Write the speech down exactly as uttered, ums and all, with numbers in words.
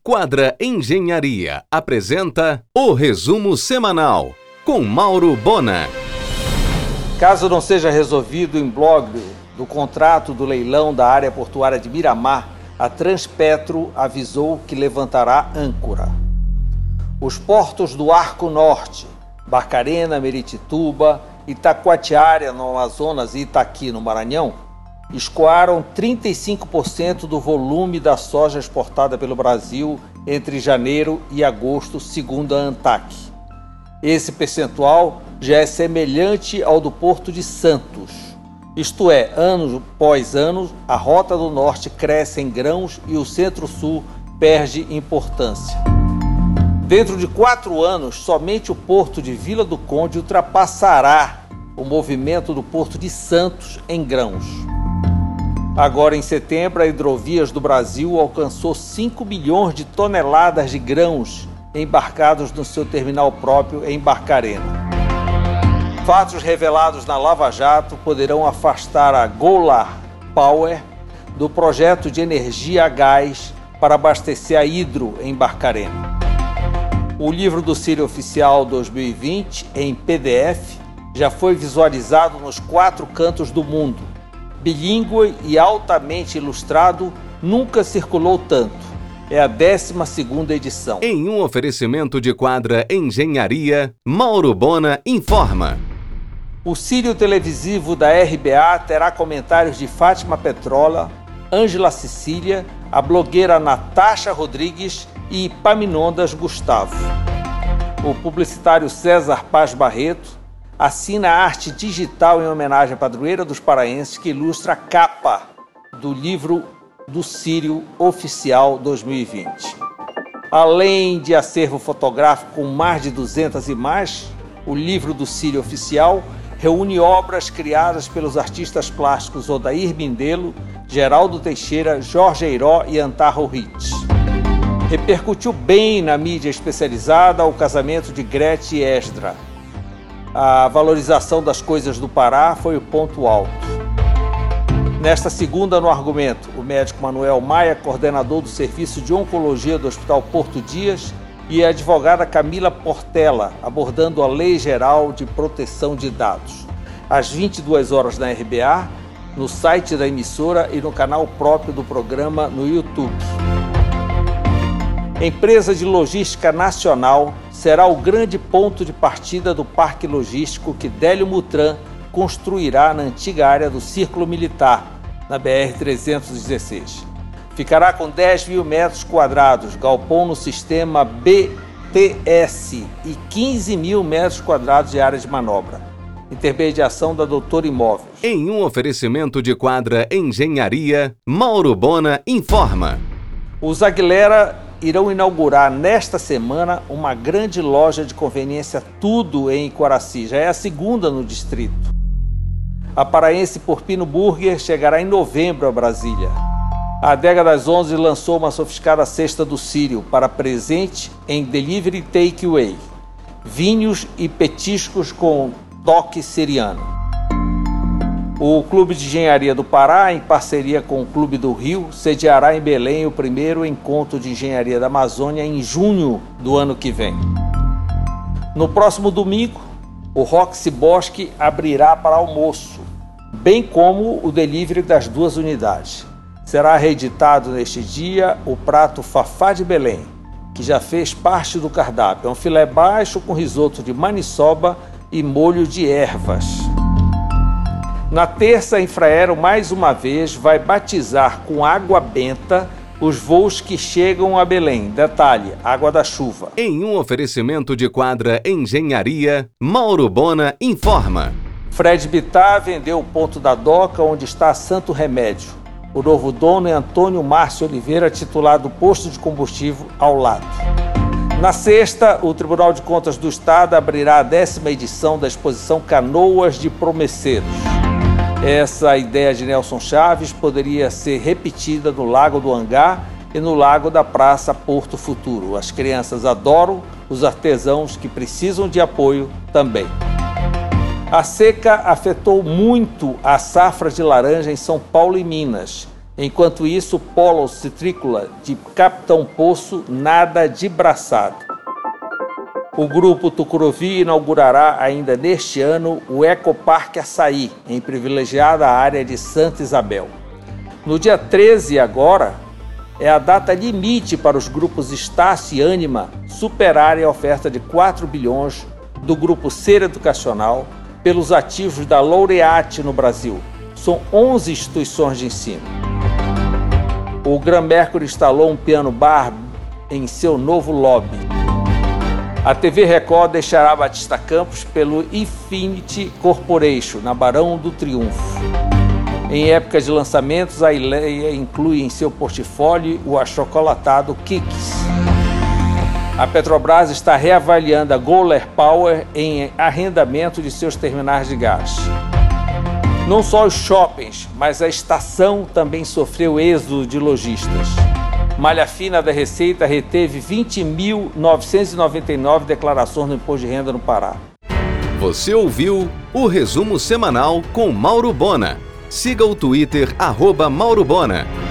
Quadra Engenharia apresenta o resumo semanal com Mauro Bona. Caso não seja resolvido em blog do contrato do leilão da área portuária de Miramar, a Transpetro avisou que levantará âncora. Os portos do Arco Norte, Barcarena, Meritituba, Itacoatiara no Amazonas e Itaqui no Maranhão, escoaram trinta e cinco por cento do volume da soja exportada pelo Brasil entre janeiro e agosto, segundo a ANTAC. Esse percentual já é semelhante ao do Porto de Santos. Isto é, ano após ano, a Rota do Norte cresce em grãos e o Centro-Sul perde importância. Dentro de quatro anos, somente o Porto de Vila do Conde ultrapassará o movimento do Porto de Santos em grãos. Agora, em setembro, a Hidrovias do Brasil alcançou cinco milhões de toneladas de grãos embarcados no seu terminal próprio em Barcarena. Fatos revelados na Lava Jato poderão afastar a Golar Power do projeto de energia a gás para abastecer a Hidro em Barcarena. O livro do Círio Oficial dois mil e vinte, em P D F, já foi visualizado nos quatro cantos do mundo. Bilíngue e altamente ilustrado, nunca circulou tanto. É a décima segunda edição. Em um oferecimento de Quadra Engenharia, Mauro Bona informa. O Círio televisivo da R B A terá comentários de Fátima Petrola, Ângela Cecília, a blogueira Natasha Rodrigues e Paminondas Gustavo. O publicitário César Paz Barreto assina a arte digital em homenagem à padroeira dos paraenses que ilustra a capa do livro do Círio Oficial dois mil e vinte. Além de acervo fotográfico com mais de duzentas imagens, o livro do Círio Oficial reúne obras criadas pelos artistas plásticos Odair Mindelo, Geraldo Teixeira, Jorge Eiró e Antarro Ritz. Repercutiu bem na mídia especializada o casamento de Gretchen e Esdra. A valorização das coisas do Pará foi o ponto alto. Nesta segunda, no argumento, o médico Manuel Maia, coordenador do Serviço de Oncologia do Hospital Porto Dias, e a advogada Camila Portela, abordando a Lei Geral de Proteção de Dados. Às vinte e duas horas na R B A, no site da emissora e no canal próprio do programa no YouTube. Empresa de Logística Nacional será o grande ponto de partida do parque logístico que Délio Mutran construirá na antiga área do Círculo Militar, na B R trezentos e dezesseis. Ficará com dez mil metros quadrados, galpão no sistema B T S e quinze mil metros quadrados de área de manobra. Intermediação da Doutor Imóveis. Em um oferecimento de Quadra Engenharia, Mauro Bona informa. Os Aguilera irão inaugurar nesta semana uma grande loja de conveniência Tudo em Coraci. Já é a segunda no distrito. A paraense Porpino Burger chegará em novembro a Brasília. A Adega das Onze lançou uma sofisticada cesta do Círio para presente em delivery takeaway, vinhos e petiscos com toque siriano. O Clube de Engenharia do Pará, em parceria com o Clube do Rio, sediará em Belém o primeiro encontro de engenharia da Amazônia em junho do ano que vem. No próximo domingo, o Roxy Bosque abrirá para almoço, bem como o delivery das duas unidades. Será reeditado neste dia o prato Fafá de Belém, que já fez parte do cardápio. É um filé baixo com risoto de maniçoba e molho de ervas. Na terça, a Infraero, mais uma vez, vai batizar com água benta os voos que chegam a Belém. Detalhe, água da chuva. Em um oferecimento de Quadra Engenharia, Mauro Bona informa. Fred Bittar vendeu o ponto da Doca, onde está Santo Remédio. O novo dono é Antônio Márcio Oliveira, titular do posto de combustível ao lado. Na sexta, o Tribunal de Contas do Estado abrirá a décima edição da exposição Canoas de Promecedos. Essa ideia de Nelson Chaves poderia ser repetida no Lago do Hangar e no Lago da Praça Porto Futuro. As crianças adoram, os artesãos que precisam de apoio também. A seca afetou muito a safra de laranja em São Paulo e Minas. Enquanto isso, o Polo Citrícola de Capitão Poço nada de braçada. O Grupo Tucuruvi inaugurará ainda neste ano o Ecoparque Açaí, em privilegiada área de Santa Isabel. No dia treze agora, é a data limite para os grupos Estácio e Ânima superarem a oferta de quatro bilhões do Grupo Ser Educacional pelos ativos da Laureate no Brasil. São onze instituições de ensino. O Gran Mercury instalou um piano bar em seu novo lobby. A T V Record deixará Batista Campos pelo Infinity Corporation, na Barão do Triunfo. Em épocas de lançamentos, a Ileia inclui em seu portfólio o achocolatado Kikis. A Petrobras está reavaliando a Golar Power em arrendamento de seus terminais de gás. Não só os shoppings, mas a estação também sofreu êxodo de lojistas. Malha Fina da Receita reteve vinte mil novecentas e noventa e nove declarações no Imposto de Renda no Pará. Você ouviu o resumo semanal com Mauro Bona. Siga o Twitter arroba Mauro Bona.